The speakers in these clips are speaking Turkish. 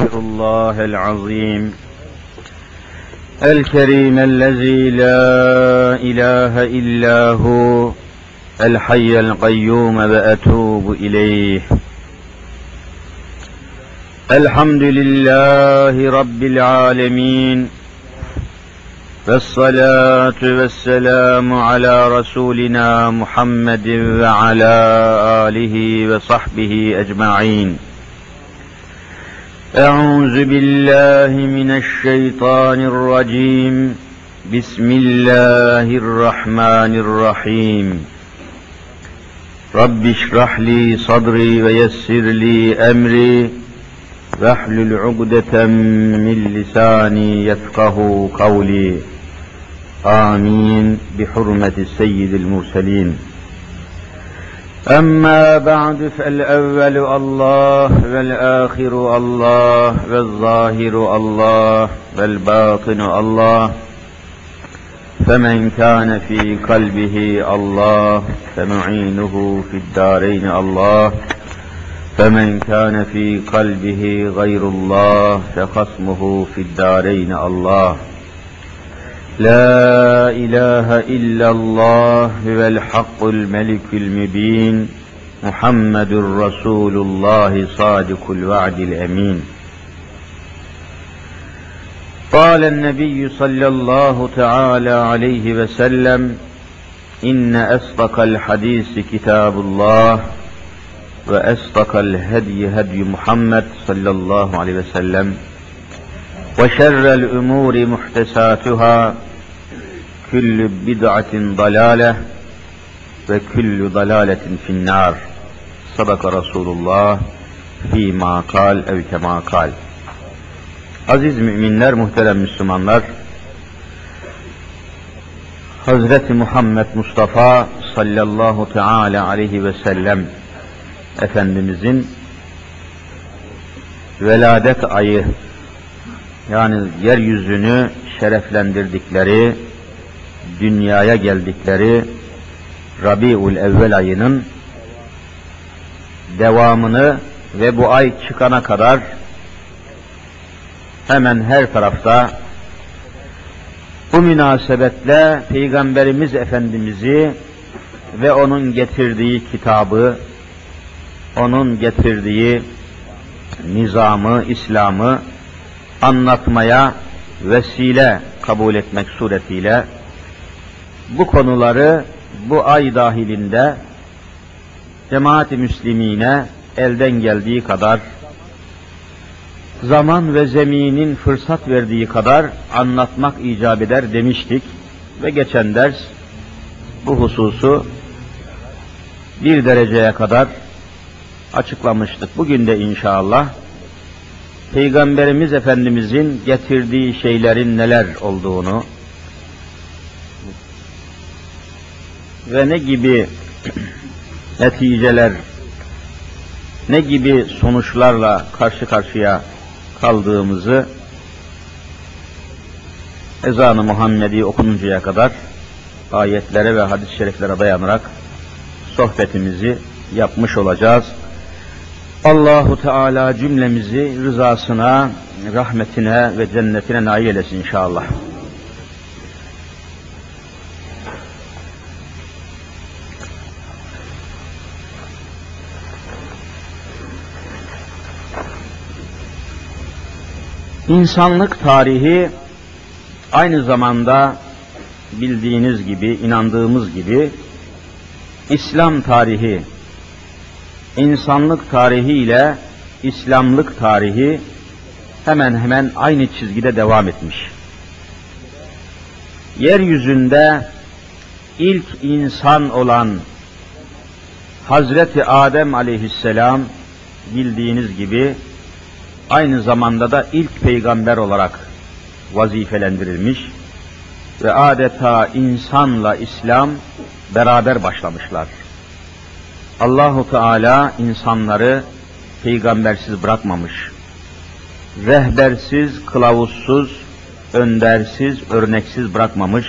الله العظيم الكريم الذي لا إله إلا هو الحي القيوم وأتوب إليه. الحمد لله رب العالمين والصلاة والسلام على رسولنا محمد وعلى آله وصحبه أجمعين. أعوذ بالله من الشيطان الرجيم. بسم الله الرحمن الرحيم. رب اشرح لي صدري ويسر لي أمري واحلل عقدة من لساني يفقه قولي. آمين بحرمة سيد المرسلين. أما بعد فالأول الله والآخر الله والظاهر الله والباطن الله، فمن كان في قلبه الله فمعينه في الدارين الله، فمن كان في قلبه غير الله فخصمه في الدارين الله. لا إله إلا الله هو الحق الملك المبين، محمد رسول الله صادق الوعد الأمين. قال النبي صلى الله تعالى عليه وسلم: إن أصدق الحديث كتاب الله، وأصدق الهدي هدي محمد صلى الله عليه وسلم، وشر الأمور محدثاتها، كل بدعة ضلالة وكل ضلالة في النار. صدق رسول الله فيما قال أو كما قال. Aziz müminler, muhterem Müslümanlar, Hazreti Muhammed Mustafa sallallahu teala aleyhi ve sellem Efendimizin veladet ayı, yani yeryüzünü şereflendirdikleri, dünyaya geldikleri Rabiul Evvel ayının devamını ve bu ay çıkana kadar hemen her tarafta bu münasebetle Peygamberimiz Efendimiz'i ve onun getirdiği kitabı, onun getirdiği nizamı, İslam'ı anlatmaya vesile kabul etmek suretiyle bu konuları bu ay dahilinde cemaat-i müslimine elden geldiği kadar, zaman ve zeminin fırsat verdiği kadar anlatmak icap eder demiştik ve geçen ders bu hususu bir dereceye kadar açıklamıştık. Bugün de inşallah Peygamberimiz Efendimizin getirdiği şeylerin neler olduğunu ve ne gibi neticeler, ne gibi sonuçlarla karşı karşıya kaldığımızı ezan-ı Muhammedi okununcaya kadar ayetlere ve hadis-i şeriflere dayanarak sohbetimizi yapmış olacağız. Allahu Teala cümlemizi rızasına, rahmetine ve cennetine nail eylesin inşallah. İnsanlık tarihi aynı zamanda bildiğiniz gibi, inandığımız gibi İslam tarihi, insanlık tarihi ile İslamlık tarihi hemen hemen aynı çizgide devam etmiş. Yeryüzünde ilk insan olan Hazreti Adem aleyhisselam bildiğiniz gibi aynı zamanda da ilk peygamber olarak vazifelendirilmiş ve adeta insanla İslam beraber başlamışlar. Allahu Teala insanları peygambersiz bırakmamış. Rehbersiz, kılavuzsuz, öndersiz, örneksiz bırakmamış.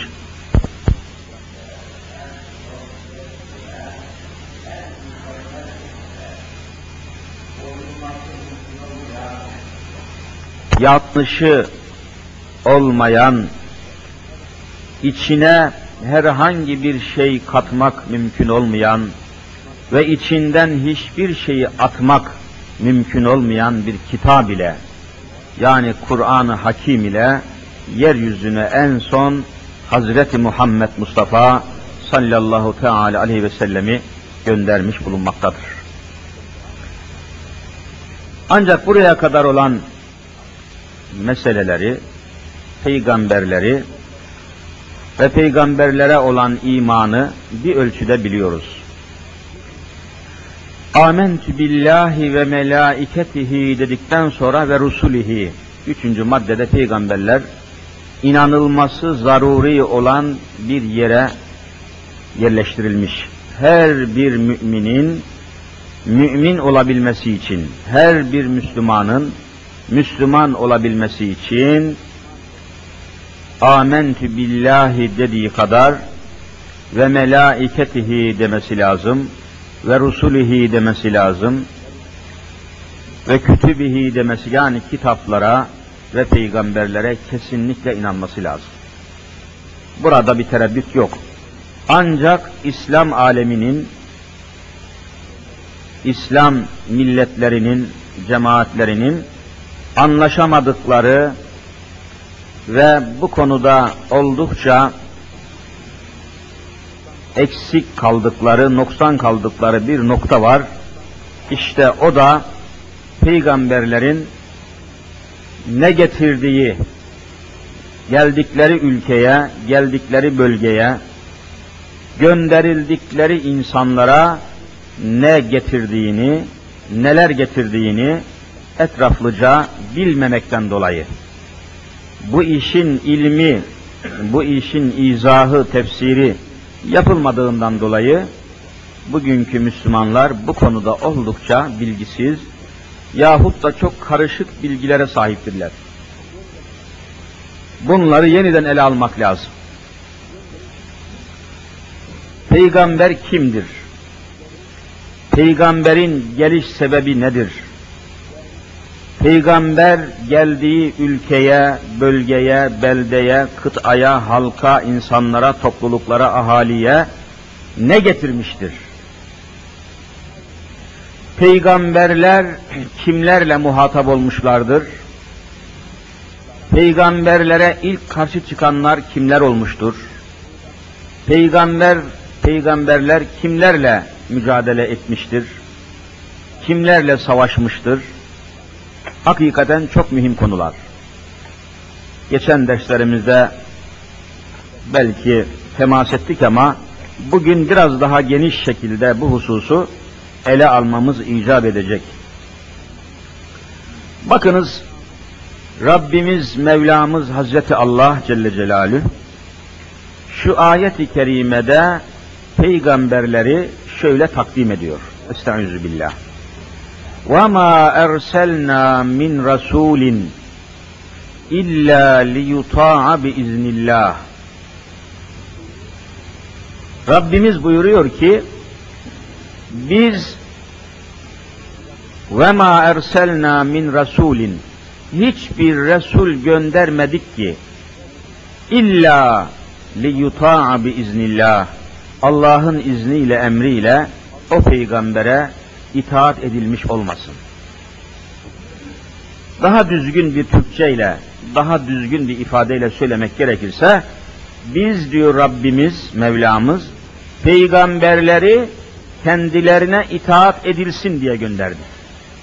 yanlışı olmayan, içine herhangi bir şey katmak mümkün olmayan ve içinden hiçbir şeyi atmak mümkün olmayan bir kitap ile, yani Kur'an-ı Hakim ile yeryüzüne en son Hazreti Muhammed Mustafa sallallahu teala aleyhi ve sellemi göndermiş bulunmaktadır. Ancak buraya kadar olan meseleleri, peygamberleri ve peygamberlere olan imanı bir ölçüde biliyoruz. Âmentü billahi ve melâiketihi dedikten sonra ve rusulihi, 3. maddede peygamberler inanılması zaruri olan bir yere yerleştirilmiş. Her bir müminin mümin olabilmesi için, her bir Müslümanın Müslüman olabilmesi için âmentü billahi dediği kadar ve melâiketihi demesi lazım ve rusulihi demesi lazım ve kütübihi demesi, yani kitaplara ve peygamberlere kesinlikle inanması lazım. Burada bir tereddüt yok. Ancak İslam aleminin, İslam milletlerinin, cemaatlerinin anlaşamadıkları ve bu konuda oldukça eksik kaldıkları, noksan kaldıkları bir nokta var. İşte o da peygamberlerin ne getirdiği, geldikleri ülkeye, geldikleri bölgeye, gönderildikleri insanlara ne getirdiğini, neler getirdiğini etraflıca bilmemekten dolayı. Bu işin ilmi, bu işin izahı, tefsiri yapılmadığından dolayı bugünkü Müslümanlar bu konuda oldukça bilgisiz yahut da çok karışık bilgilere sahiptirler. Bunları yeniden ele almak lazım. Peygamber kimdir? Peygamberin geliş sebebi nedir? Peygamber geldiği ülkeye, bölgeye, beldeye, kıtaya, halka, insanlara, topluluklara, ahaliye ne getirmiştir? Peygamberler kimlerle muhatap olmuşlardır? Peygamberlere ilk karşı çıkanlar kimler olmuştur? Peygamberler kimlerle mücadele etmiştir? Kimlerle savaşmıştır? Hakikaten çok mühim konular. Geçen derslerimizde belki temas ettik ama bugün biraz daha geniş şekilde bu hususu ele almamız icap edecek. Bakınız, Rabbimiz, Mevlamız Hazreti Allah Celle Celaluhu şu ayet-i kerimede peygamberleri şöyle takdim ediyor. Estağfirullah. وَمَا أَرْسَلْنَا مِنْ رَسُولٍ إِلَّا لِيُطَاعَ بِإِذْنِ اللّٰهِ. Rabbimiz buyuruyor ki, biz وَمَا أَرْسَلْنَا مِنْ رَسُولٍ, hiçbir Resul göndermedik ki, İlla liyuta'a biiznillah, Allah'ın izniyle, emriyle o peygambere itaat edilmiş olmasın. Daha düzgün bir Türkçeyle, daha düzgün bir ifadeyle söylemek gerekirse, biz diyor Rabbimiz, Mevlamız, peygamberleri kendilerine itaat edilsin diye gönderdi.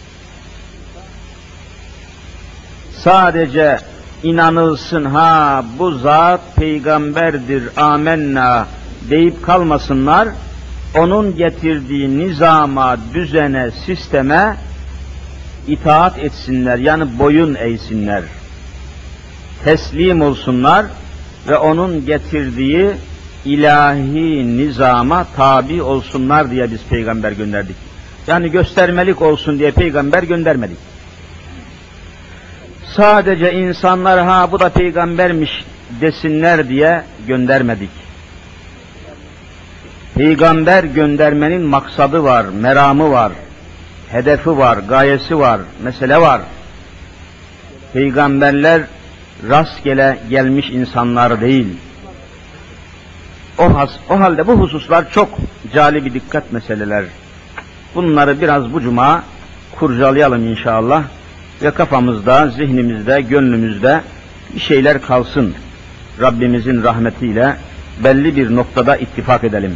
Sadece inanılsın, ha bu zat peygamberdir, amenna deyip kalmasınlar, onun getirdiği nizama, düzene, sisteme itaat etsinler, yani boyun eğsinler, teslim olsunlar ve onun getirdiği ilahi nizama tabi olsunlar diye biz peygamber gönderdik. Yani göstermelik olsun diye peygamber göndermedik. Sadece insanlar ha bu da peygambermiş desinler diye göndermedik. Peygamber göndermenin maksadı var, meramı var, hedefi var, gayesi var, mesele var. Peygamberler rastgele gelmiş insanlar değil. O halde bu hususlar çok cali bir dikkat meseleler. Bunları biraz bu cuma kurcalayalım inşallah ve kafamızda, zihnimizde, gönlümüzde bir şeyler kalsın. Rabbimizin rahmetiyle belli bir noktada ittifak edelim.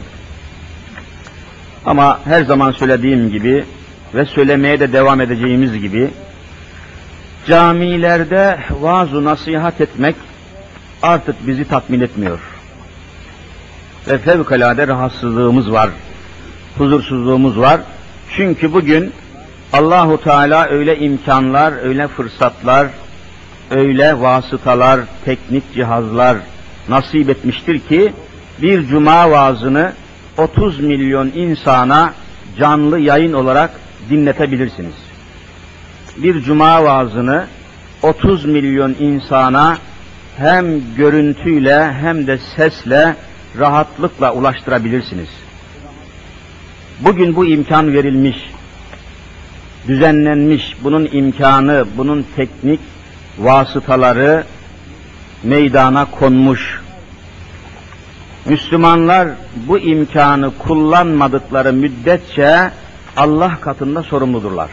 Ama her zaman söylediğim gibi ve söylemeye de devam edeceğimiz gibi camilerde vaaz-ı nasihat etmek artık bizi tatmin etmiyor. Ve fevkalade rahatsızlığımız var, huzursuzluğumuz var. Çünkü bugün Allahu Teala öyle imkanlar, öyle fırsatlar, öyle vasıtalar, teknik cihazlar nasip etmiştir ki bir cuma vaazını 30 milyon insana canlı yayın olarak dinletebilirsiniz. Bir cuma vaazını 30 milyon insana hem görüntüyle hem de sesle rahatlıkla ulaştırabilirsiniz. Bugün bu imkan verilmiş, düzenlenmiş, bunun imkanı, bunun teknik vasıtaları meydana konmuş. Müslümanlar bu imkanı kullanmadıkları müddetçe Allah katında sorumludurlar.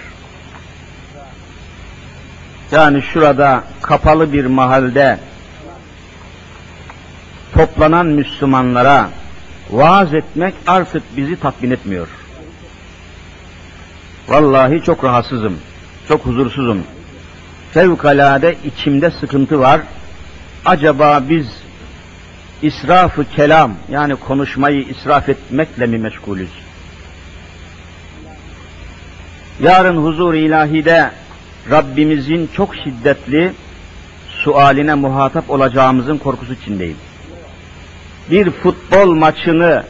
Yani şurada kapalı bir mahalde toplanan Müslümanlara vaaz etmek artık bizi tatmin etmiyor. Vallahi çok rahatsızım, çok huzursuzum. Fevkalade içimde sıkıntı var. Acaba biz israf-ı kelam, yani konuşmayı israf etmekle mi meşgulüz? Yarın huzur-u ilahide Rabbimizin çok şiddetli sualine muhatap olacağımızın korkusu içindeyim. Bir futbol maçını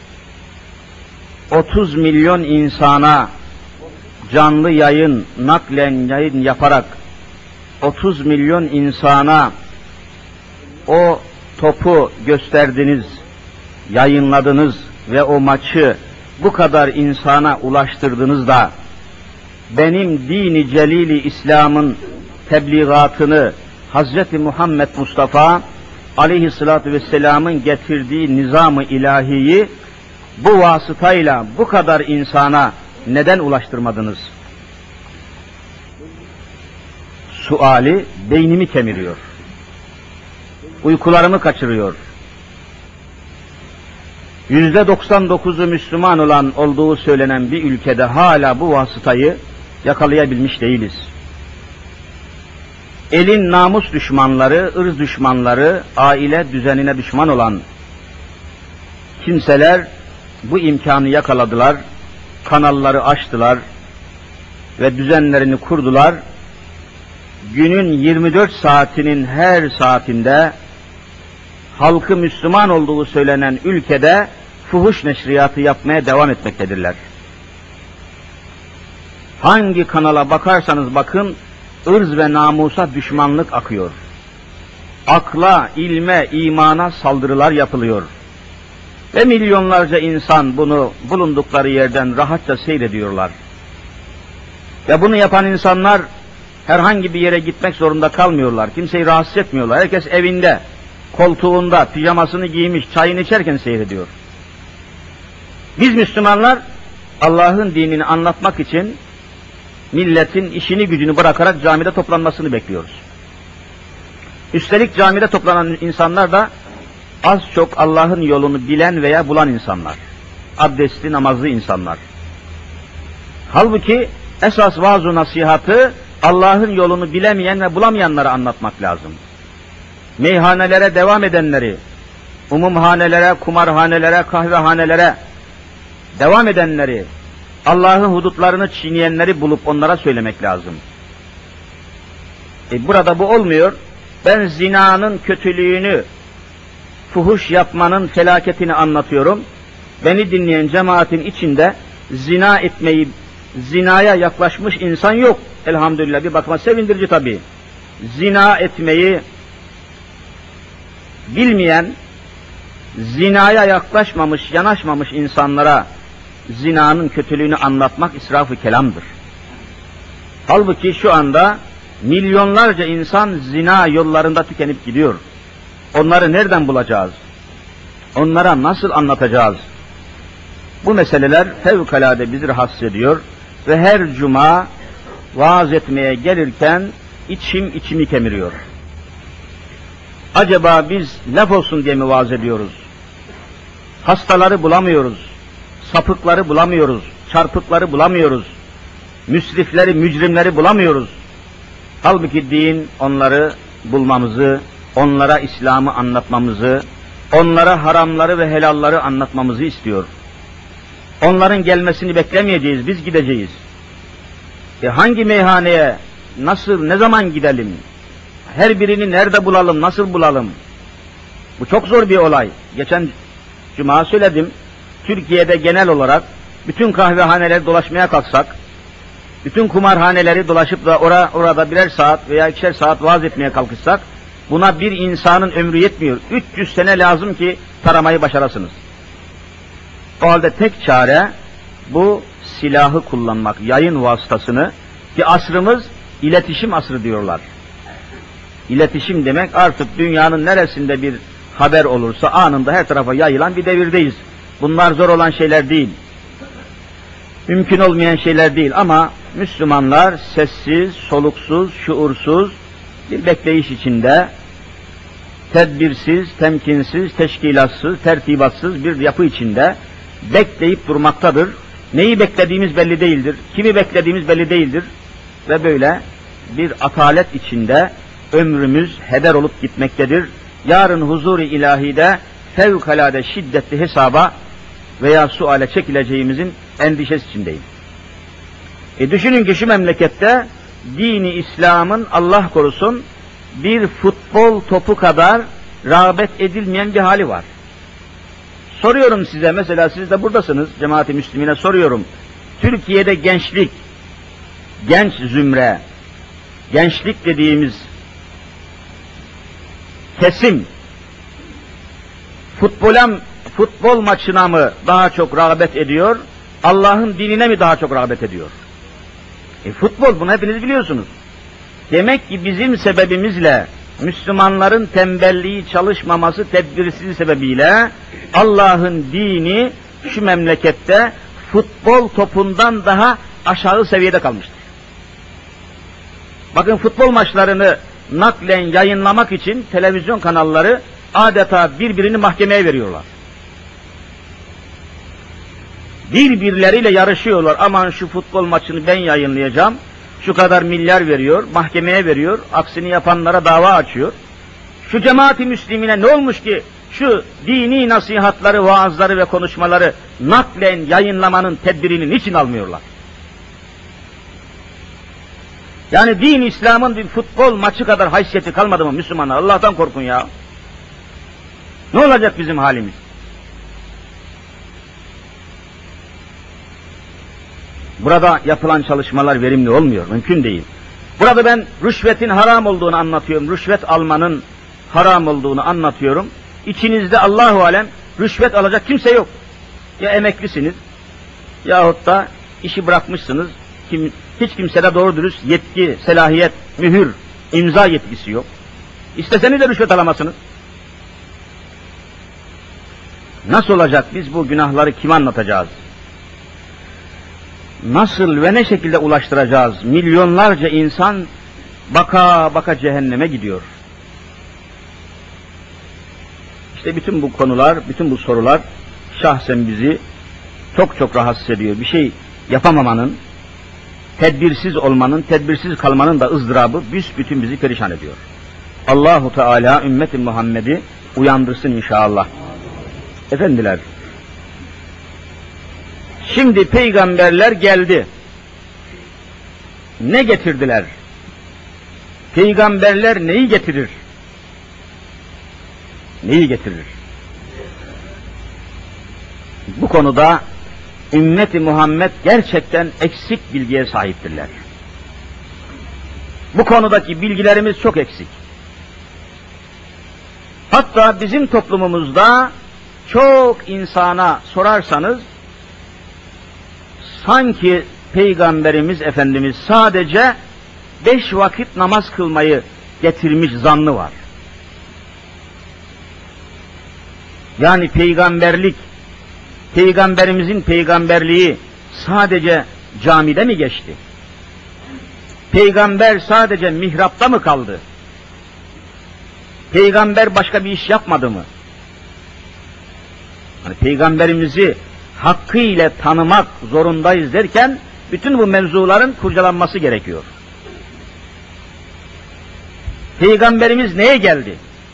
30 milyon insana canlı yayın, naklen yayın yaparak 30 milyon insana o topu gösterdiniz, yayınladınız ve o maçı bu kadar insana ulaştırdınız da benim dini celili İslam'ın tebliğatını Hazreti Muhammed Mustafa aleyhissalatu vesselam'ın getirdiği nizam-ı ilahiyi bu vasıtayla bu kadar insana neden ulaştırmadınız? Suali beynimi kemiriyor. Uykularımı kaçırıyor. %99'u Müslüman olan olduğu söylenen bir ülkede hala bu vasıtayı yakalayabilmiş değiliz. Elin namus düşmanları, ırz düşmanları, aile düzenine düşman olan kimseler bu imkanı yakaladılar, kanalları açtılar ve düzenlerini kurdular. Günün 24 saatinin her saatinde halkı Müslüman olduğu söylenen ülkede fuhuş neşriyatı yapmaya devam etmektedirler. Hangi kanala bakarsanız bakın, ırz ve namusa düşmanlık akıyor. Akla, ilme, imana saldırılar yapılıyor. Ve milyonlarca insan bunu bulundukları yerden rahatça seyrediyorlar. Ve bunu yapan insanlar herhangi bir yere gitmek zorunda kalmıyorlar. Kimseyi rahatsız etmiyorlar. Herkes evinde, koltuğunda, pijamasını giymiş, çayını içerken seyrediyor. Biz Müslümanlar Allah'ın dinini anlatmak için milletin işini gücünü bırakarak camide toplanmasını bekliyoruz. Üstelik camide toplanan insanlar da az çok Allah'ın yolunu bilen veya bulan insanlar. Abdestli, namazlı insanlar. Halbuki esas vaaz-ı nasihatı Allah'ın yolunu bilemeyen ve bulamayanlara anlatmak lazım. Meyhanelere devam edenleri, umumhanelere, kumarhanelere, kahvehanelere devam edenleri, Allah'ın hudutlarını çiğneyenleri bulup onlara söylemek lazım. Burada bu olmuyor. Ben zinanın kötülüğünü, fuhuş yapmanın felaketini anlatıyorum. Beni dinleyen cemaatin içinde zina etmeyi, zinaya yaklaşmış insan yok. Elhamdülillah, bir bakıma sevindirici tabii. Zina etmeyi bilmeyen, zinaya yaklaşmamış, yanaşmamış insanlara zinanın kötülüğünü anlatmak israf-ı kelamdır. Halbuki şu anda Milyonlarca insan zina yollarında tükenip gidiyor. Onları nereden bulacağız? Onlara nasıl anlatacağız? Bu meseleler fevkalade bizi rahatsız ediyor ve her cuma vaaz etmeye gelirken içimi kemiriyor. Acaba biz laf olsun diye mi vaaz ediyoruz? Hastaları bulamıyoruz, sapıkları bulamıyoruz, çarpıkları bulamıyoruz, müsrifleri, mücrimleri bulamıyoruz. Halbuki din onları bulmamızı, onlara İslam'ı anlatmamızı, onlara haramları ve helalları anlatmamızı istiyor. Onların gelmesini beklemeyeceğiz, biz gideceğiz. Hangi meyhaneye, nasıl, ne zaman gidelim? Her birini nerede bulalım, nasıl bulalım? Bu çok zor bir olay. Geçen cuma söyledim, Türkiye'de genel olarak bütün kahvehaneleri dolaşmaya kalksak, bütün kumarhaneleri dolaşıp da orada birer saat veya ikişer saat vaaz etmeye kalkışsak, buna bir insanın ömrü yetmiyor. 300 sene lazım ki taramayı başarasınız. O halde tek çare bu silahı kullanmak, yayın vasıtasını, ki asrımız iletişim asrı diyorlar. İletişim demek artık dünyanın neresinde bir haber olursa anında her tarafa yayılan bir devirdeyiz. Bunlar zor olan şeyler değil. Mümkün olmayan şeyler değil ama Müslümanlar sessiz, soluksuz, şuursuz bir bekleyiş içinde, tedbirsiz, temkinsiz, teşkilatsız, tertibatsız bir yapı içinde bekleyip durmaktadır. Neyi beklediğimiz belli değildir, kimi beklediğimiz belli değildir ve böyle bir atalet içinde ömrümüz heder olup gitmektedir. Yarın huzur-i ilahide fevkalade şiddetli hesaba veya suale çekileceğimizin endişesi içindeyim. Düşünün ki şu memlekette dini İslam'ın Allah korusun bir futbol topu kadar rağbet edilmeyen bir hali var. Soruyorum size, mesela siz de buradasınız, cemaat-i müslimine soruyorum. Türkiye'de gençlik, genç zümre, gençlik dediğimiz kesim futbol maçına mı daha çok rağbet ediyor, Allah'ın dinine mi daha çok rağbet ediyor? Futbol, bunu hepiniz biliyorsunuz. Demek ki bizim sebebimizle, Müslümanların tembelliği, çalışmaması, tedbirsizliği sebebiyle Allah'ın dini şu memlekette futbol topundan daha aşağı seviyede kalmıştır. Bakın, futbol maçlarını naklen yayınlamak için televizyon kanalları adeta birbirini mahkemeye veriyorlar. Birbirleriyle yarışıyorlar. Aman şu futbol maçını ben yayınlayacağım. Şu kadar milyar veriyor, mahkemeye veriyor. Aksini yapanlara dava açıyor. Şu cemaat-i müslimine ne olmuş ki şu dini nasihatları, vaazları ve konuşmaları naklen yayınlamanın tedbirini niçin almıyorlar? Yani din İslam'ın bir futbol maçı kadar haysiyeti kalmadı mı Müslümanlar? Allah'tan korkun ya. Ne olacak bizim halimiz? Burada yapılan çalışmalar verimli olmuyor, mümkün değil. Burada ben rüşvetin haram olduğunu anlatıyorum, rüşvet almanın haram olduğunu anlatıyorum. İçinizde Allahu alem rüşvet alacak kimse yok. Ya emeklisiniz, yahut da işi bırakmışsınız, hiç kimsede doğru dürüst yetki, selahiyet, mühür, imza yetkisi yok. İsteseniz de rüşvet alamazsınız. Nasıl olacak, biz bu günahları kime anlatacağız? Nasıl ve ne şekilde ulaştıracağız? Milyonlarca insan baka baka cehenneme gidiyor. İşte bütün bu konular, bütün bu sorular şahsen bizi çok çok rahatsız ediyor. Bir şey yapamamanın, tedbirsiz olmanın, tedbirsiz kalmanın da ızdırabı büsbütün bizi perişan ediyor. Allahu Teala ümmeti Muhammed'i uyandırsın inşallah. Efendiler, şimdi peygamberler geldi. Ne getirdiler? Peygamberler neyi getirir? Neyi getirir? Bu konuda ümmeti Muhammed gerçekten eksik bilgiye sahiptirler. Bu konudaki bilgilerimiz çok eksik. Hatta bizim toplumumuzda çok insana sorarsanız, sanki Peygamberimiz Efendimiz sadece 5 vakit namaz kılmayı getirmiş zannı var. Yani peygamberimizin peygamberliği sadece camide mi geçti? Peygamber sadece mihrapta mı kaldı? Peygamber başka bir iş yapmadı mı? Yani peygamberimizi hakkıyla tanımak zorundayız derken bütün bu mevzuların kurcalanması gerekiyor. Peygamberimiz neye geldi?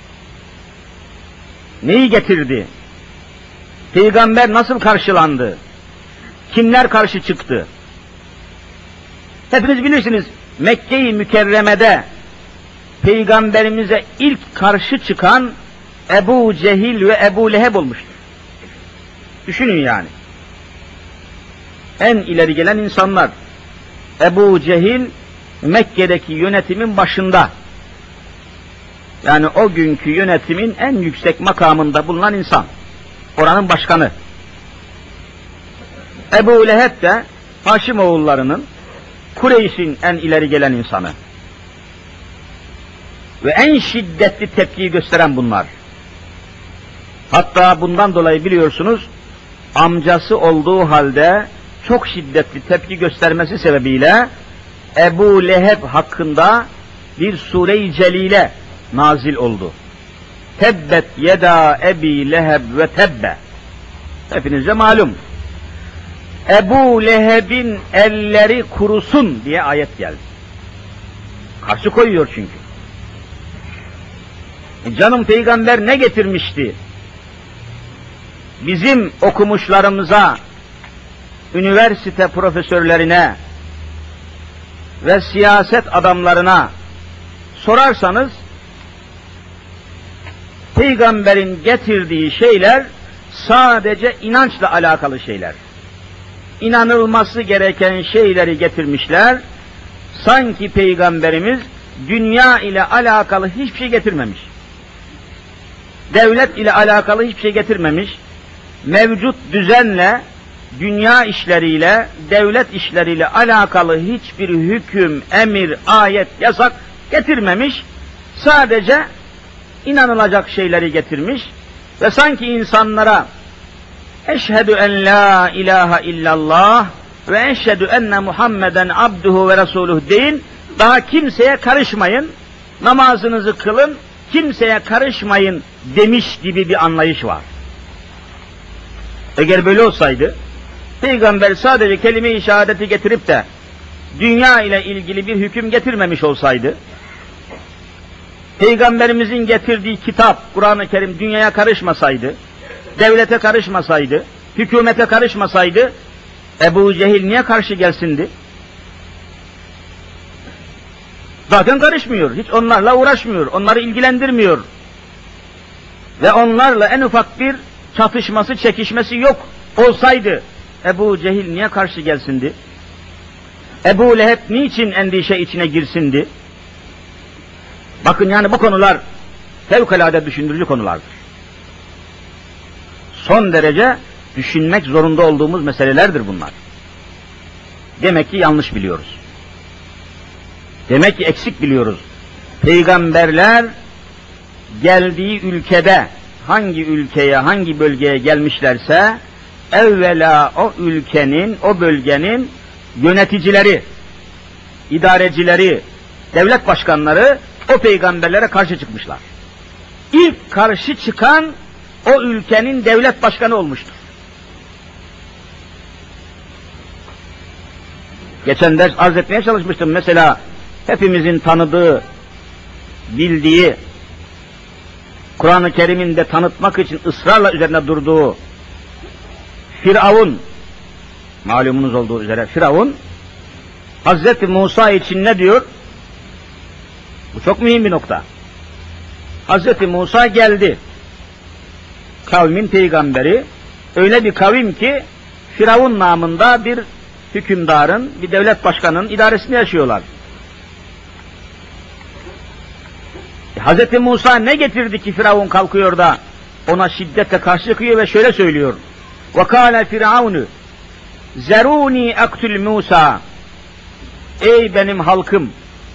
Neyi getirdi? Peygamber nasıl karşılandı? Kimler karşı çıktı? Hepiniz bilirsiniz, Mekke-i Mükerreme'de Peygamberimize ilk karşı çıkan Ebu Cehil ve Ebu Leheb olmuştur. Düşünün yani. En ileri gelen insanlar. Ebu Cehil Mekke'deki yönetimin başında. Yani o günkü yönetimin en yüksek makamında bulunan insan. Oranın başkanı. Ebu Leheb de Haşimoğullarının, Kureyş'in en ileri gelen insanı. Ve en şiddetli tepkiyi gösteren bunlar. Hatta bundan dolayı biliyorsunuz, amcası olduğu halde çok şiddetli tepki göstermesi sebebiyle Ebu Leheb hakkında bir sure-i celile nazil oldu. Tebbet yeda Ebi Leheb ve tebbe. Hepinize malum. Ebu Leheb'in elleri kurusun diye ayet geldi. Karşı koyuyor çünkü. Canım peygamber ne getirmişti? Bizim okumuşlarımıza, üniversite profesörlerine ve siyaset adamlarına sorarsanız, peygamberin getirdiği şeyler sadece inançla alakalı şeyler. İnanılması gereken şeyleri getirmişler. Sanki peygamberimiz dünya ile alakalı hiçbir şey getirmemiş. Devlet ile alakalı hiçbir şey getirmemiş. Mevcut düzenle, dünya işleriyle, devlet işleriyle alakalı hiçbir hüküm, emir, ayet, yasak getirmemiş. Sadece inanılacak şeyleri getirmiş ve sanki insanlara eşhedü en la ilahe illallah ve eşhedü enne Muhammeden abduhu ve resuluh deyin, daha kimseye karışmayın, namazınızı kılın, kimseye karışmayın demiş gibi bir anlayış var. Eğer böyle olsaydı, peygamber sadece kelime-i şehadeti getirip de dünya ile ilgili bir hüküm getirmemiş olsaydı, peygamberimizin getirdiği kitap, Kur'an-ı Kerim dünyaya karışmasaydı, devlete karışmasaydı, hükümete karışmasaydı, Ebu Cehil niye karşı gelsindi? Zaten karışmıyor, hiç onlarla uğraşmıyor, onları ilgilendirmiyor. Ve onlarla en ufak bir çatışması, çekişmesi yok olsaydı, Ebu Cehil niye karşı gelsindi? Ebu Leheb niçin endişe içine girsindi? Bakın yani bu konular fevkalade düşündürücü konulardır. Son derece düşünmek zorunda olduğumuz meselelerdir bunlar. Demek ki yanlış biliyoruz. Demek ki eksik biliyoruz. Peygamberler geldiği ülkede hangi ülkeye, hangi bölgeye gelmişlerse evvela o ülkenin, o bölgenin yöneticileri, idarecileri, devlet başkanları o peygamberlere karşı çıkmışlar. İlk karşı çıkan o ülkenin devlet başkanı olmuştur. Geçen ders arz etmeye çalışmıştım. Mesela hepimizin tanıdığı, bildiği, Kur'an-ı Kerim'in de tanıtmak için ısrarla üzerine durduğu Firavun, malumunuz olduğu üzere Firavun, Hazreti Musa için ne diyor? Bu çok mühim bir nokta. Hazreti Musa geldi. Kavmin peygamberi, öyle bir kavim ki Firavun namında bir hükümdarın, bir devlet başkanının idaresinde yaşıyorlar. Hazreti Musa ne getirdi ki Firavun kalkıyor da ona şiddetle karşı çıkıyor ve şöyle söylüyor. وَقَالَ فِرْعَوْنُ زَرُونِي اَقْتُلْ Musa. Ey benim halkım,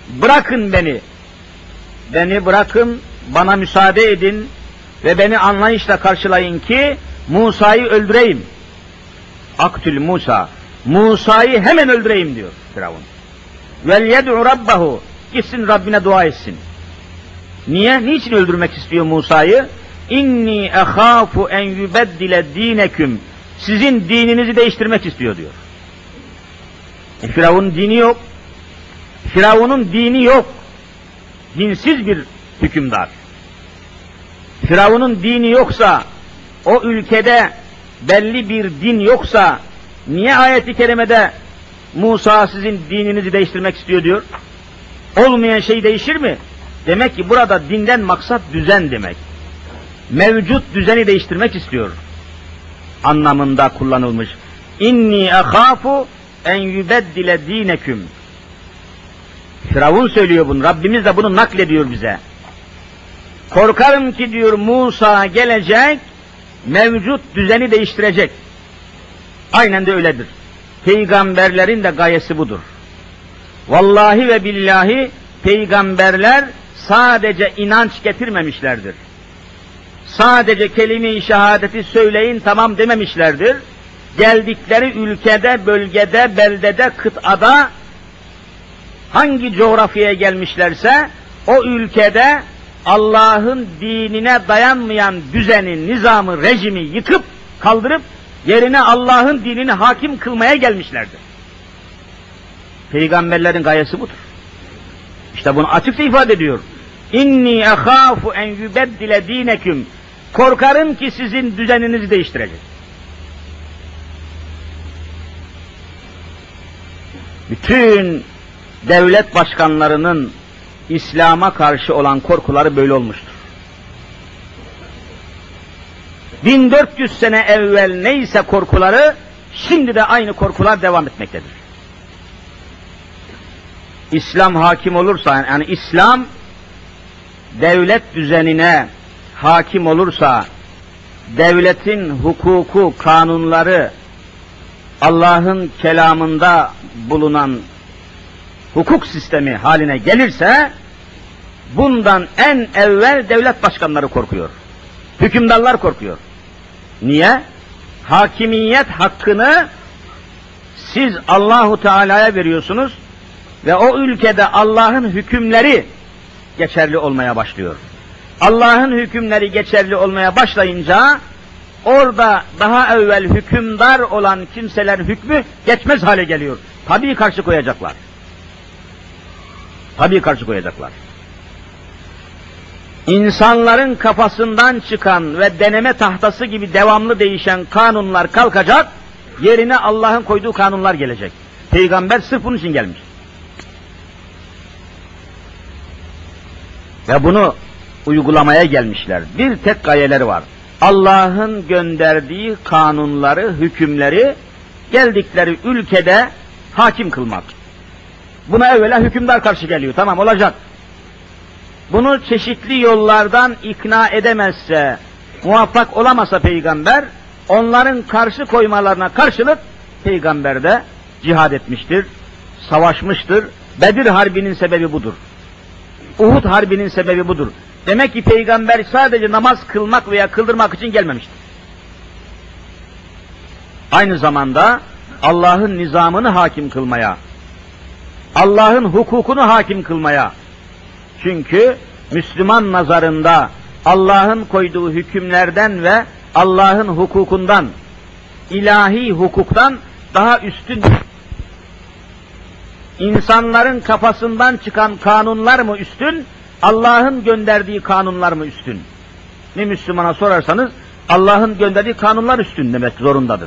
bırakın beni. Beni bırakın, bana müsaade edin ve beni anlayışla karşılayın ki Musa'yı öldüreyim. Aktül Musa. Musa'yı hemen öldüreyim diyor Firavun. Vel yed'u rabbahu. Gitsin Rabbine dua etsin. Niye? Niçin öldürmek istiyor Musa'yı? İnni ehâfu en yubeddile dineküm. Sizin dininizi değiştirmek istiyor diyor. Firavun'un dini yok. Firavun'un dini yok. Dinsiz bir hükümdar. Firavun'un dini yoksa, o ülkede belli bir din yoksa, niye ayet-i kerimede Musa sizin dininizi değiştirmek istiyor diyor? Olmayan şey değişir mi? Demek ki burada dinden maksat düzen demek. Mevcut düzeni değiştirmek istiyor anlamında kullanılmış. İnni ehâfu en yubeddile dineküm. Firavun söylüyor bunu. Rabbimiz de bunu naklediyor bize. Korkarım ki diyor Musa gelecek, mevcut düzeni değiştirecek. Aynen de öyledir. Peygamberlerin de gayesi budur. Vallahi ve billahi peygamberler sadece inanç getirmemişlerdir. Sadece kelime-i şehadeti söyleyin tamam dememişlerdir. Geldikleri ülkede, bölgede, beldede, kıtada hangi coğrafyaya gelmişlerse o ülkede Allah'ın dinine dayanmayan düzeni, nizamı, rejimi yıkıp kaldırıp yerine Allah'ın dinini hakim kılmaya gelmişlerdir. Peygamberlerin gayesi budur. İşte bunu açıkça ifade ediyor. İnni ehâfu en yubeddile dineküm. Korkarım ki sizin düzeninizi değiştirecek. Bütün devlet başkanlarının İslam'a karşı olan korkuları böyle olmuştur. 1400 sene evvel neyse korkuları, şimdi de aynı korkular devam etmektedir. İslam hakim olursa, yani İslam devlet düzenine hakim olursa, devletin hukuku, kanunları, Allah'ın kelamında bulunan hukuk sistemi haline gelirse, bundan en evvel devlet başkanları korkuyor. Hükümdarlar korkuyor. Niye? Hakimiyet hakkını siz Allahu Teala'ya veriyorsunuz ve o ülkede Allah'ın hükümleri geçerli olmaya başlıyor. Allah'ın hükümleri geçerli olmaya başlayınca orada daha evvel hükümdar olan kimselerin hükmü geçmez hale geliyor. Tabii karşı koyacaklar. Tabii karşı koyacaklar. İnsanların kafasından çıkan ve deneme tahtası gibi devamlı değişen kanunlar kalkacak, yerine Allah'ın koyduğu kanunlar gelecek. Peygamber sırf bunun için gelmiş. Ve bunu uygulamaya gelmişler. Bir tek gayeleri var. Allah'ın gönderdiği kanunları, hükümleri geldikleri ülkede hakim kılmak. Buna evvela hükümdar karşı geliyor. Tamam, olacak. Bunu çeşitli yollardan ikna edemezse, muvaffak olamasa peygamber, onların karşı koymalarına karşılık peygamber de cihad etmiştir, savaşmıştır. Bedir Harbi'nin sebebi budur. Uhud Harbi'nin sebebi budur. Demek ki peygamber sadece namaz kılmak veya kıldırmak için gelmemiştir. Aynı zamanda Allah'ın nizamını hakim kılmaya, Allah'ın hukukunu hakim kılmaya. Çünkü Müslüman nazarında Allah'ın koyduğu hükümlerden ve Allah'ın hukukundan, ilahi hukuktan daha üstün. İnsanların kafasından çıkan kanunlar mı üstün, Allah'ın gönderdiği kanunlar mı üstün? Ne Müslümana sorarsanız Allah'ın gönderdiği kanunlar üstün demek zorundadır.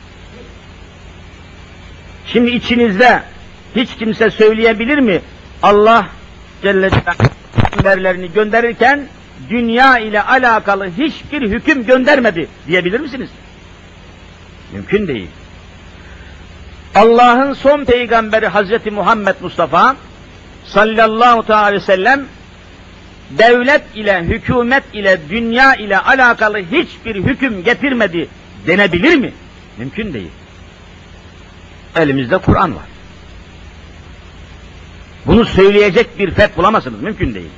Şimdi içinizde hiç kimse söyleyebilir mi? Allah Celle Celaluhu peygamberlerini gönderirken dünya ile alakalı hiçbir hüküm göndermedi diyebilir misiniz? Mümkün değil. Allah'ın son peygamberi Hazreti Muhammed Mustafa sallallahu aleyhi ve sellem devlet ile, hükümet ile, dünya ile alakalı hiçbir hüküm getirmedi denebilir mi? Mümkün değil. Elimizde Kur'an var. Bunu söyleyecek bir fert bulamazsınız, mümkün değil.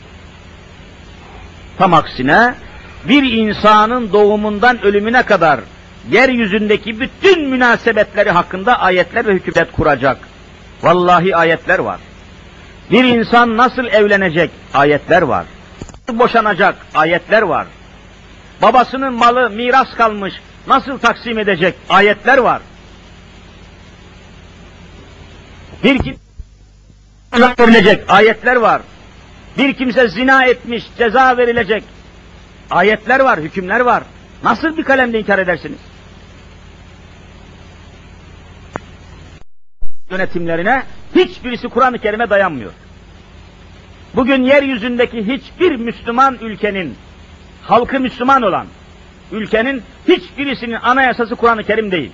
Tam aksine bir insanın doğumundan ölümüne kadar yeryüzündeki bütün münasebetleri hakkında ayetler ve hükümler kuracak. Vallahi ayetler var. Bir insan nasıl evlenecek? Ayetler var. Nasıl boşanacak? Ayetler var. Babasının malı miras kalmış, nasıl taksim edecek? Ayetler var. Bir kimse verilecek, ayetler var. Bir kimse zina etmiş, ceza verilecek. Ayetler var, hükümler var. Nasıl bir kalemle inkar edersiniz? Yönetimlerine hiçbirisi Kur'an-ı Kerim'e dayanmıyor. Bugün yeryüzündeki hiçbir Müslüman ülkenin, halkı Müslüman olan ülkenin hiçbirisinin anayasası Kur'an-ı Kerim değil.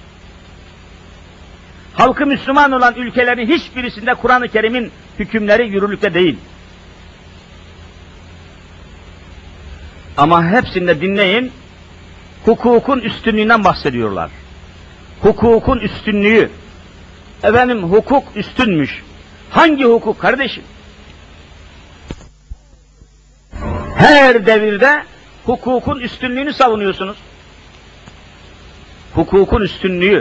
Halkı Müslüman olan ülkelerin hiçbirisinde Kur'an-ı Kerim'in hükümleri yürürlükte değil. Ama hepsinde dinleyin, hukukun üstünlüğünden bahsediyorlar. Hukukun üstünlüğü. Efendim hukuk üstünmüş. Hangi hukuk kardeşim? Her devirde hukukun üstünlüğünü savunuyorsunuz. Hukukun üstünlüğü.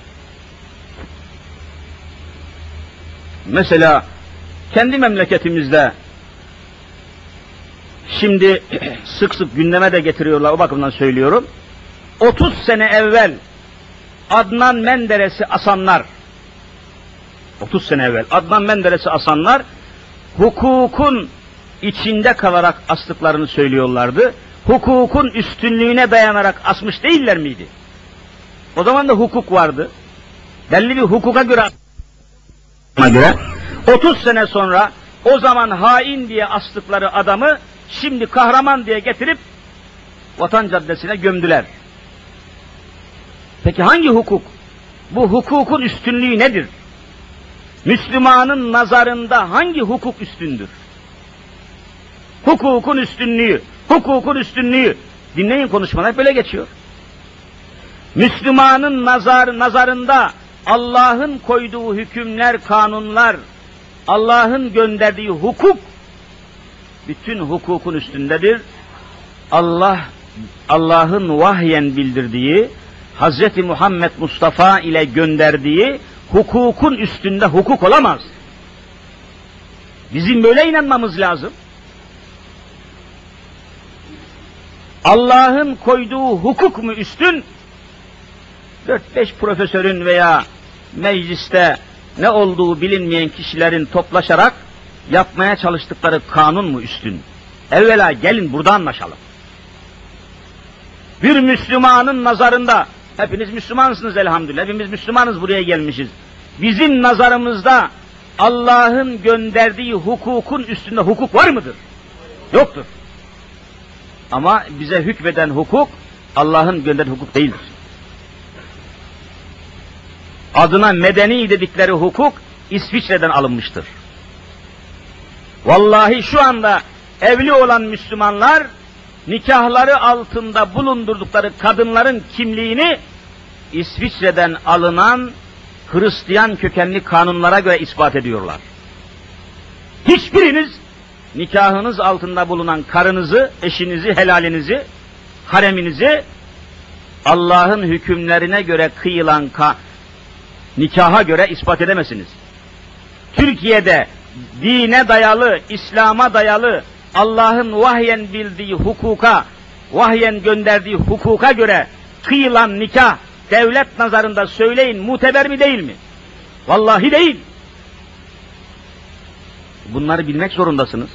Mesela kendi memleketimizde şimdi sık sık gündeme de getiriyorlar, o bakımdan söylüyorum. 30 sene evvel Adnan Menderes'i asanlar, 30 sene evvel Adnan Menderes'i asanlar hukukun içinde kalarak astıklarını söylüyorlardı. Hukukun üstünlüğüne dayanarak asmış değiller miydi? O zaman da hukuk vardı. Belli bir hukuka göre 30 sene sonra o zaman hain diye astıkları adamı şimdi kahraman diye getirip Vatan Caddesi'ne gömdüler. Peki hangi hukuk? Bu hukukun üstünlüğü nedir? Müslümanın nazarında hangi hukuk üstündür? Hukukun üstünlüğü, hukukun üstünlüğü. Dinleyin, konuşmalar böyle geçiyor. Müslümanın nazarında Allah'ın koyduğu hükümler, kanunlar, Allah'ın gönderdiği hukuk, bütün hukukun üstündedir. Allah'ın vahyen bildirdiği, Hz. Muhammed Mustafa ile gönderdiği hukukun üstünde hukuk olamaz. Bizim böyle inanmamız lazım. Allah'ın koyduğu hukuk mu üstün? 4-5 profesörün veya mecliste ne olduğu bilinmeyen kişilerin toplaşarak yapmaya çalıştıkları kanun mu üstün? Evvela gelin burada anlaşalım. Bir Müslümanın nazarında, hepiniz Müslümansınız elhamdülillah, hepimiz Müslümanız, buraya gelmişiz. Bizim nazarımızda Allah'ın gönderdiği hukukun üstünde hukuk var mıdır? Yoktur. Ama bize hükmeden hukuk, Allah'ın gönderdiği hukuk değildir. Adına medeni dedikleri hukuk, İsviçre'den alınmıştır. Vallahi şu anda evli olan Müslümanlar, nikahları altında bulundurdukları kadınların kimliğini, İsviçre'den alınan Hristiyan kökenli kanunlara göre ispat ediyorlar. Hiçbiriniz, nikahınız altında bulunan karınızı, eşinizi, helalinizi, hareminizi, Allah'ın hükümlerine göre kıyılan nikaha göre ispat edemezsiniz. Türkiye'de dine dayalı, İslam'a dayalı, Allah'ın vahyen bildiği hukuka, vahyen gönderdiği hukuka göre kıyılan nikah, devlet nazarında söyleyin, muteber mi değil mi? Vallahi değil. Bunları bilmek zorundasınız.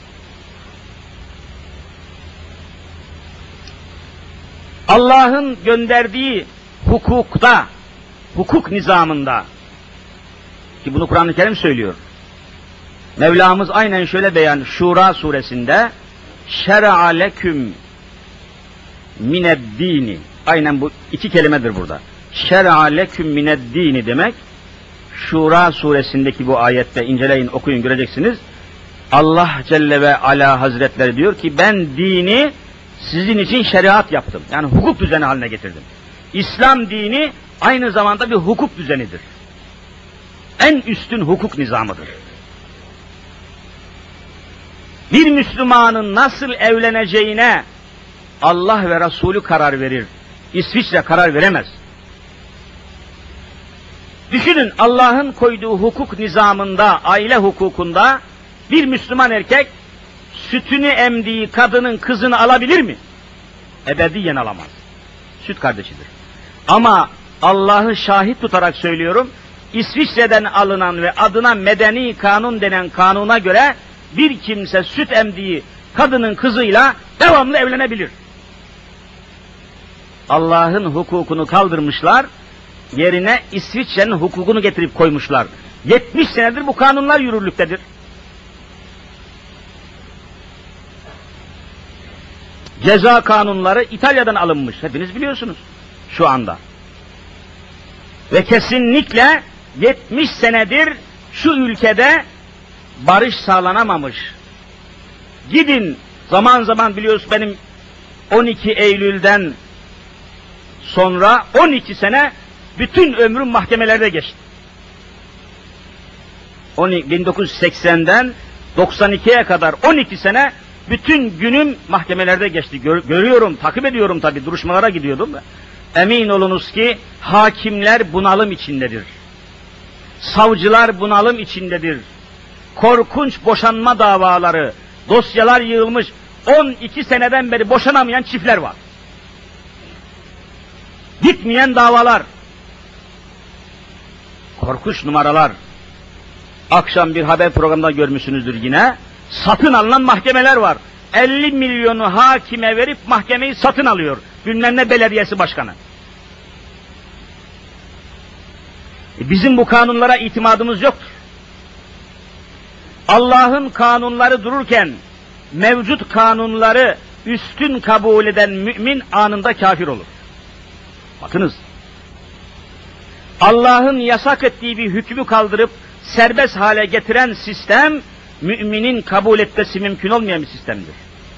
Allah'ın gönderdiği hukukta, hukuk nizamında, ki bunu Kur'an-ı Kerim söylüyor. Mevlamız aynen şöyle beyan, Şura suresinde, şer'a leküm mineddini, aynen bu iki kelimedir burada. Şer'a leküm mineddini demek, Şura suresindeki bu ayette inceleyin, okuyun, göreceksiniz. Allah Celle ve Ala Hazretleri diyor ki, ben dini sizin için şeriat yaptım. Yani hukuk düzeni haline getirdim. İslam dini aynı zamanda bir hukuk düzenidir. En üstün hukuk nizamıdır. Bir Müslümanın nasıl evleneceğine Allah ve Resulü karar verir. İsviçre karar veremez. Düşünün, Allah'ın koyduğu hukuk nizamında, aile hukukunda bir Müslüman erkek sütünü emdiği kadının kızını alabilir mi? Ebediyen alamaz. Süt kardeşidir. Ama Allah'ı şahit tutarak söylüyorum, İsviçre'den alınan ve adına medeni kanun denen kanuna göre bir kimse süt emdiği kadının kızıyla devamlı evlenebilir. Allah'ın hukukunu kaldırmışlar, yerine İsviçre'nin hukukunu getirip koymuşlar. 70 senedir bu kanunlar yürürlüktedir. Ceza kanunları İtalya'dan alınmış, hepiniz biliyorsunuz şu anda. Ve kesinlikle 70 senedir şu ülkede barış sağlanamamış. Gidin, zaman zaman biliyorsunuz benim 12 Eylül'den sonra 12 sene bütün ömrüm mahkemelerde geçti. 1980'den 92'ye kadar 12 sene bütün günüm mahkemelerde geçti. Görüyorum, takip ediyorum tabii, duruşmalara gidiyordum. Emin olunuz ki hakimler bunalım içindedir. Savcılar bunalım içindedir. Korkunç boşanma davaları, dosyalar yığılmış, 12 seneden beri boşanamayan çiftler var. Gitmeyen davalar. Korkunç numaralar. Akşam bir haber programında görmüşsünüzdür yine. Satın alınan mahkemeler var. 50 milyonu hakime verip mahkemeyi satın alıyor. Bilmem ne belediyesi başkanı. Bizim bu kanunlara itimadımız yoktur. Allah'ın kanunları dururken mevcut kanunları üstün kabul eden mümin anında kafir olur. Bakınız. Allah'ın yasak ettiği bir hükmü kaldırıp serbest hale getiren sistem, müminin kabul etmesi mümkün olmayan bir sistemdir.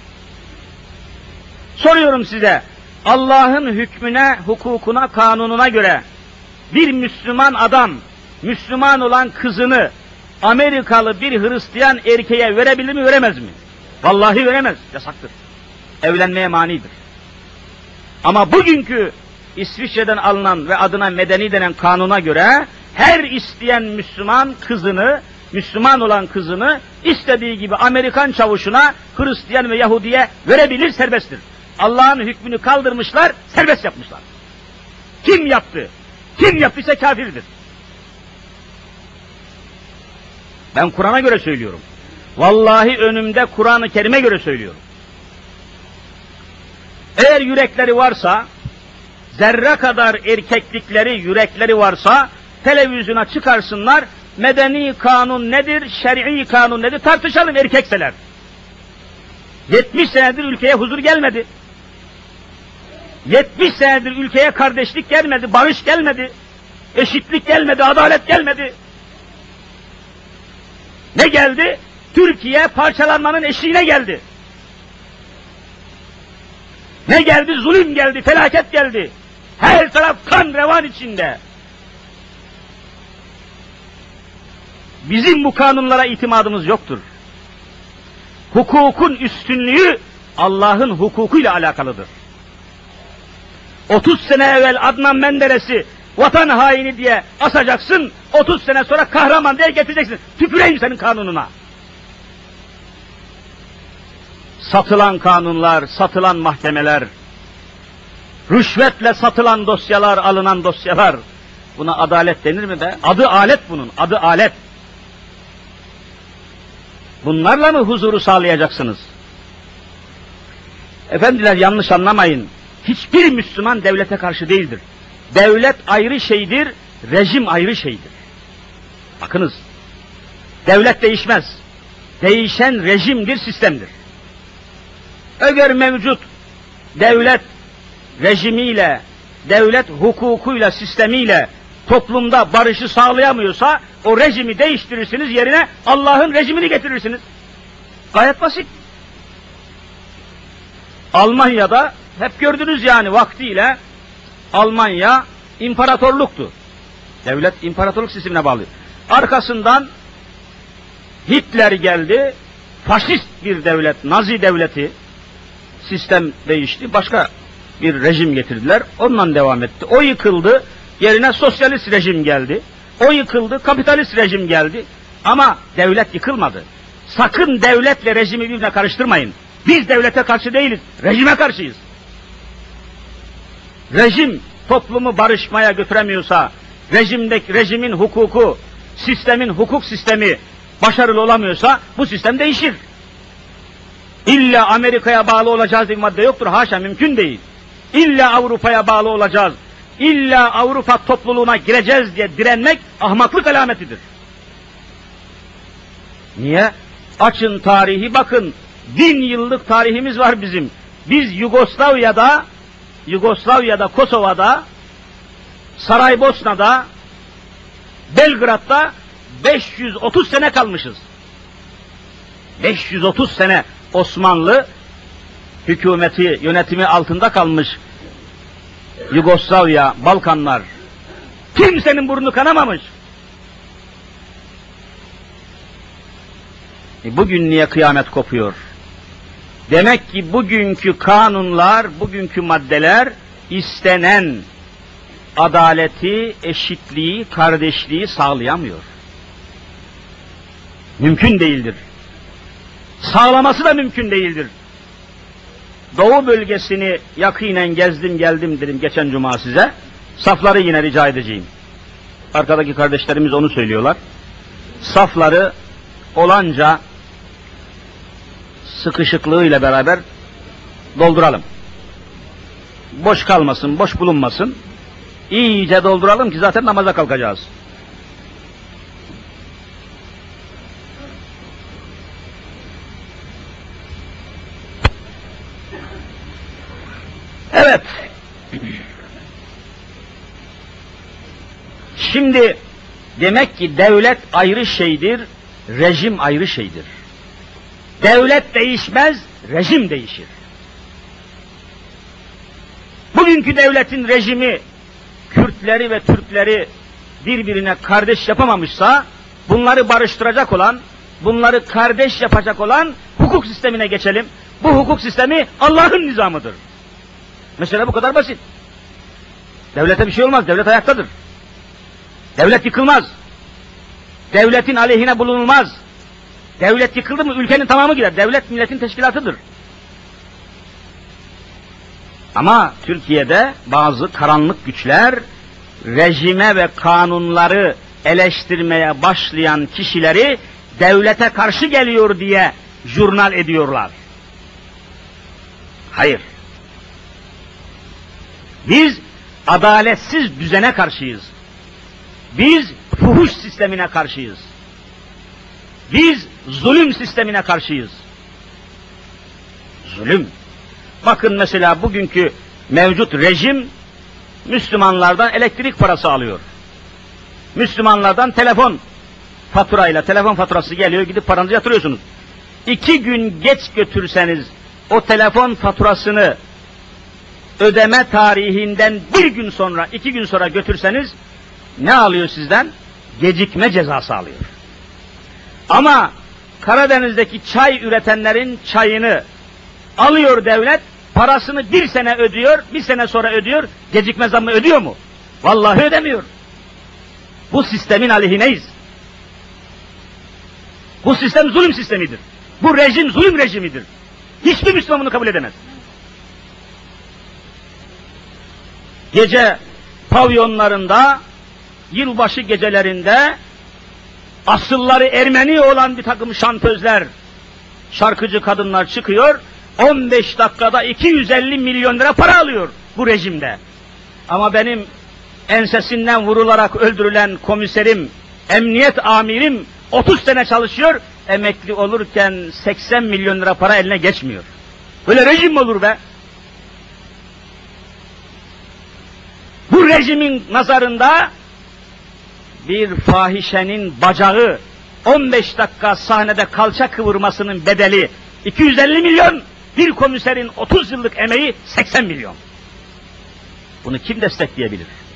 Soruyorum size, Allah'ın hükmüne, hukukuna, kanununa göre bir Müslüman adam, Müslüman olan kızını Amerikalı bir Hristiyan erkeğe verebilir mi, veremez mi? Vallahi veremez, yasaktır. Evlenmeye manidir. Ama bugünkü İsviçre'den alınan ve adına medeni denen kanuna göre her isteyen Müslüman kızını, Müslüman olan kızını istediği gibi Amerikan çavuşuna, Hristiyan ve Yahudiye verebilir, serbesttir. Allah'ın hükmünü kaldırmışlar, serbest yapmışlar. Kim yaptı? Kim yaptıysa kafirdir. Ben Kur'an'a göre söylüyorum. Vallahi önümde Kur'an-ı Kerim'e göre söylüyorum. Eğer yürekleri varsa, zerre kadar erkeklikleri, yürekleri varsa, televizyona çıkarsınlar, medeni kanun nedir, şer'i kanun nedir tartışalım erkekseler. 70 senedir ülkeye huzur gelmedi. 70 senedir ülkeye kardeşlik gelmedi, barış gelmedi, eşitlik gelmedi, adalet gelmedi. Ne geldi? Türkiye parçalanmanın eşiğine geldi. Ne geldi? Zulüm geldi, felaket geldi. Her taraf kan revan içinde. Bizim bu kanunlara itimadımız yoktur. Hukukun üstünlüğü Allah'ın hukukuyla alakalıdır. 30 sene evvel Adnan Menderes'i vatan haini diye asacaksın, 30 sene sonra kahraman diye getireceksin. Tüküreyim senin kanununa. Satılan kanunlar, satılan mahkemeler, rüşvetle satılan dosyalar, alınan dosyalar, buna adalet denir mi be? Adı alet bunun, adı alet. Bunlarla mı huzuru sağlayacaksınız? Efendiler, yanlış anlamayın. Hiçbir Müslüman devlete karşı değildir. Devlet ayrı şeydir, rejim ayrı şeydir. Bakınız, devlet değişmez. Değişen rejimdir, sistemdir. Eğer mevcut devlet rejimiyle, devlet hukukuyla, sistemiyle toplumda barışı sağlayamıyorsa, o rejimi değiştirirsiniz, yerine Allah'ın rejimini getirirsiniz. Gayet basit. Almanya'da hep gördünüz yani, vaktiyle Almanya imparatorluktu. Devlet imparatorluk sistemine bağlı. Arkasından Hitler geldi, faşist bir devlet, Nazi devleti, sistem değişti, başka bir rejim getirdiler, onunla devam etti. O yıkıldı, yerine sosyalist rejim geldi. O yıkıldı, kapitalist rejim geldi. Ama devlet yıkılmadı. Sakın devletle rejimi birbirine karıştırmayın. Biz devlete karşı değiliz, rejime karşıyız. Rejim toplumu barışmaya götüremiyorsa, rejimin hukuku, sistemin hukuk sistemi başarılı olamıyorsa bu sistem değişir. İlla Amerika'ya bağlı olacağız diye bir madde yoktur. Haşa, mümkün değil. İlla Avrupa'ya bağlı olacağız, İlla Avrupa topluluğuna gireceğiz diye direnmek ahmaklık alametidir. Niye? Açın tarihi bakın. 1000 yıllık tarihimiz var bizim. Biz Yugoslavya'da, Kosova'da, Saraybosna'da, Belgrad'da 530 sene kalmışız. 530 sene Osmanlı hükümeti, yönetimi altında kalmış Yugoslavya, Balkanlar. Kimsenin burnu kanamamış. Bugün niye kıyamet kopuyor? Demek ki bugünkü kanunlar, bugünkü maddeler istenen adaleti, eşitliği, kardeşliği sağlayamıyor. Mümkün değildir. Sağlaması da mümkün değildir. Doğu bölgesini yakinen gezdim geldim dedim geçen cuma size. Safları yine rica edeceğim. Arkadaki kardeşlerimiz onu söylüyorlar. Safları olanca sıkışıklığıyla beraber dolduralım. Boş kalmasın, boş bulunmasın. İyice dolduralım ki zaten namaza kalkacağız. Evet. Şimdi demek ki devlet ayrı şeydir, rejim ayrı şeydir. Devlet değişmez, rejim değişir. Bugünkü devletin rejimi Kürtleri ve Türkleri birbirine kardeş yapamamışsa, bunları barıştıracak olan, bunları kardeş yapacak olan hukuk sistemine geçelim. Bu hukuk sistemi Allah'ın nizamıdır. Mesela bu kadar basit. Devlete bir şey olmaz, devlet ayaktadır. Devlet yıkılmaz. Devletin aleyhine bulunulmaz. Devlet yıkıldı mı ülkenin tamamı gider. Devlet milletin teşkilatıdır. Ama Türkiye'de bazı karanlık güçler rejime ve kanunları eleştirmeye başlayan kişileri devlete karşı geliyor diye jurnal ediyorlar. Hayır. Biz adaletsiz düzene karşıyız. Biz fuhuş sistemine karşıyız. Biz zulüm sistemine karşıyız. Zulüm. Bakın mesela bugünkü mevcut rejim Müslümanlardan elektrik parası alıyor. Müslümanlardan telefon faturası geliyor, gidip paranızı yatırıyorsunuz. 2 gün geç götürseniz o telefon faturasını ödeme tarihinden 1 gün sonra, 2 gün sonra götürseniz ne alıyor sizden? Gecikme cezası alıyor. Ama Karadeniz'deki çay üretenlerin çayını alıyor devlet, parasını 1 sene ödüyor, 1 sene sonra ödüyor, gecikme zammı ödüyor mu? Vallahi ödemiyor. Bu sistemin aleyhineyiz. Bu sistem zulüm sistemidir. Bu rejim zulüm rejimidir. Hiçbir Müslüman bunu kabul edemez. Gece pavyonlarında, yılbaşı gecelerinde asılları Ermeni olan bir takım şantözler, şarkıcı kadınlar çıkıyor, 15 dakikada 250 milyon lira para alıyor bu rejimde. Ama benim ensesinden vurularak öldürülen komiserim, emniyet amirim 30 sene çalışıyor, emekli olurken 80 milyon lira para eline geçmiyor. Böyle rejim mi olur be? Bu rejimin nazarında bir fahişenin bacağı 15 dakika sahnede kalça kıvırmasının bedeli 250 milyon, bir komiserin 30 yıllık emeği 80 milyon. Bunu kim destekleyebilir?